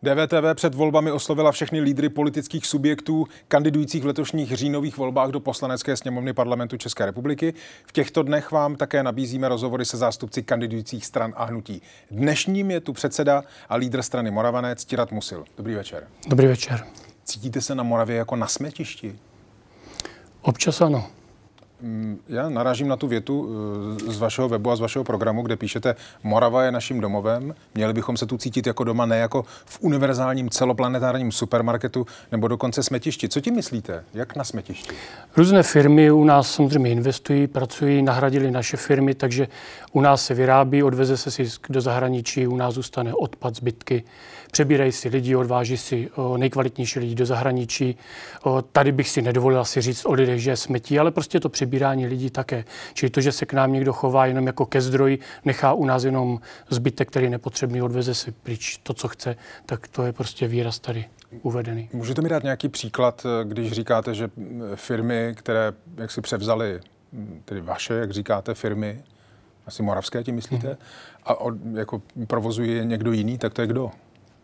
DVTV před volbami oslovila všechny lídry politických subjektů kandidujících v letošních říjnových volbách do Poslanecké sněmovny Parlamentu České republiky. V těchto dnech vám také nabízíme rozhovory se zástupci kandidujících stran a hnutí. Dnešním je tu předseda a lídr strany Moravanec Ctirad Musil. Dobrý večer. Dobrý večer. Cítíte se na Moravě jako na smetišti? Občas ano. Já narážím na tu větu z vašeho webu a z vašeho programu, kde píšete: Morava je naším domovem, měli bychom se tu cítit jako doma, ne jako v univerzálním celoplanetárním supermarketu nebo dokonce smetišti. Co tím myslíte? Jak na smetišti? Různé firmy u nás samozřejmě investují, pracují, nahradili naše firmy, takže u nás se vyrábí, odveze se si do zahraničí, u nás zůstane odpad, zbytky. Přebírají si lidi, odváží si nejkvalitnější lidi do zahraničí. Tady bych si nedovolil asi říct o lidech, že je smetí, ale prostě to přebírání lidí také. Čili to, že se k nám někdo chová jenom jako ke zdroji, nechá u nás jenom zbytek, který je nepotřebný, odveze si pryč to, co chce, tak to je prostě výraz tady uvedený. Můžete mi dát nějaký příklad, když říkáte, že firmy, které jak si převzaly, tedy vaše, jak říkáte, firmy, asi moravské, tím myslíte, a jako provozují je někdo jiný, tak to je kdo?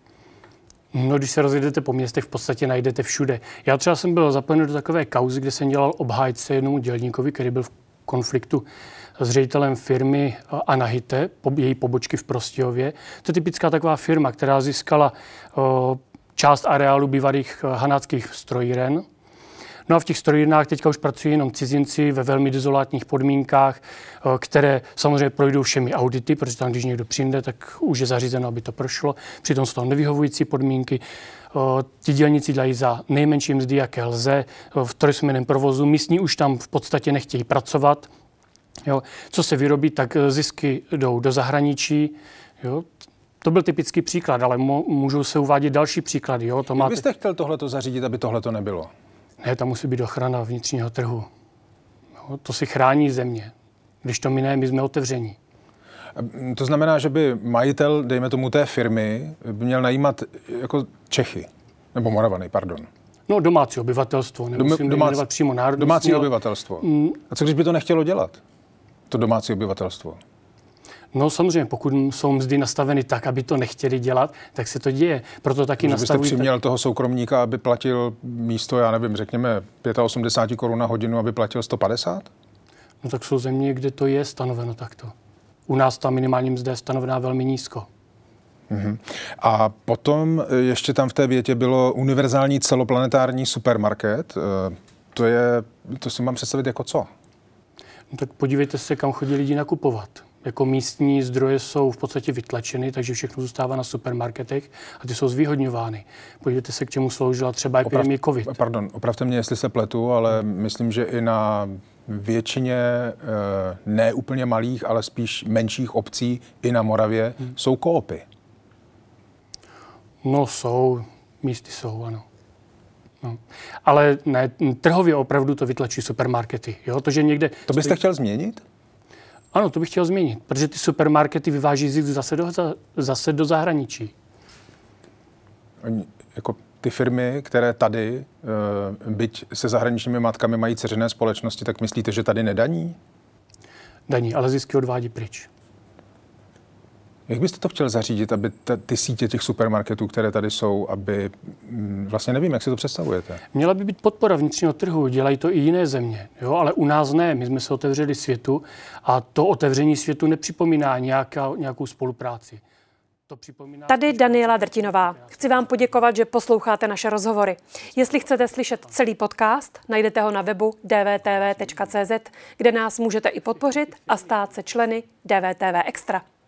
No, když se rozjedete po městech, v podstatě najdete všude. Já třeba jsem byl zapojen do takové kauzy, kde jsem dělal obhájce jednomu dělníkovi, který byl v konfliktu s ředitelem firmy Anahite, její pobočky v Prostějově. To je typická taková firma, která získala část areálu bývalých hanáckých strojíren. No a v těch strojírnách teďka už pracují jenom cizinci ve velmi dezolátních podmínkách, které samozřejmě projdou všemi audity, protože tam, když někdo přijde, tak už je zařízeno, aby to prošlo. Přitom jsou tam nevyhovující podmínky. Ti dělníci dělají za nejmenší mzdy, jaké lze, v trojsměnném provozu. Místní už tam v podstatě nechtějí pracovat. Jo. Co se vyrobí, tak zisky jdou do zahraničí. Jo. To byl typický příklad, ale můžou se uvádět další příklady. Jo. Jak byste chtěl tohleto zařídit, aby tohleto nebylo? Ne, tam musí být ochrana vnitřního trhu. No, to si chrání země. Když to my ne, my jsme otevření. To znamená, že by majitel, dejme tomu té firmy, by měl najímat jako Čechy. Nebo Moravany, pardon. No, domácí obyvatelstvo. Nemusím jmenovat přímo národnostní. Domácí obyvatelstvo. A co když by to nechtělo dělat? To domácí obyvatelstvo. No samozřejmě, pokud jsou mzdy nastaveny tak, aby to nechtěli dělat, tak se to děje. Proto taky nastavují... Byste přiměl toho soukromníka, aby platil místo, já nevím, řekněme 85 korun na hodinu, aby platil 150? No tak jsou země, kde to je stanoveno takto. U nás ta minimální mzda je stanovená velmi nízko. A potom ještě tam v té větě bylo univerzální celoplanetární supermarket. To si mám představit jako co? No tak podívejte se, kam chodí lidi nakupovat. Jako místní zdroje jsou v podstatě vytlačeny, takže všechno zůstává na supermarketech a ty jsou zvýhodňovány. Podívejte se, k čemu sloužila třeba epidemie COVID. Pardon, opravte mě, jestli se pletu, ale myslím, že i na většině ne úplně malých, ale spíš menších obcí i na Moravě jsou koopy. No jsou, místy jsou, ano. No. Ale ne, trhově opravdu to vytlačují supermarkety. Jo? To, že někde to byste chtěl změnit? Ano, to bych chtěl změnit, protože ty supermarkety vyváží zisk zase do zahraničí. Jako ty firmy, které tady, byť se zahraničními matkami mají dceřiné společnosti, tak myslíte, že tady nedaní? Daní, ale zisky odvádí pryč. Jak byste to chtěl zařídit, aby ty sítě těch supermarketů, které tady jsou, aby, vlastně nevím, jak si to představujete? Měla by být podpora vnitřního trhu, dělají to i jiné země, jo? Ale u nás ne, my jsme se otevřeli světu a to otevření světu nepřipomíná nějakou spolupráci. Tady Daniela Drtinová. Chci vám poděkovat, že posloucháte naše rozhovory. Jestli chcete slyšet celý podcast, najdete ho na webu dvtv.cz, kde nás můžete i podpořit a stát se členy DVTV Extra.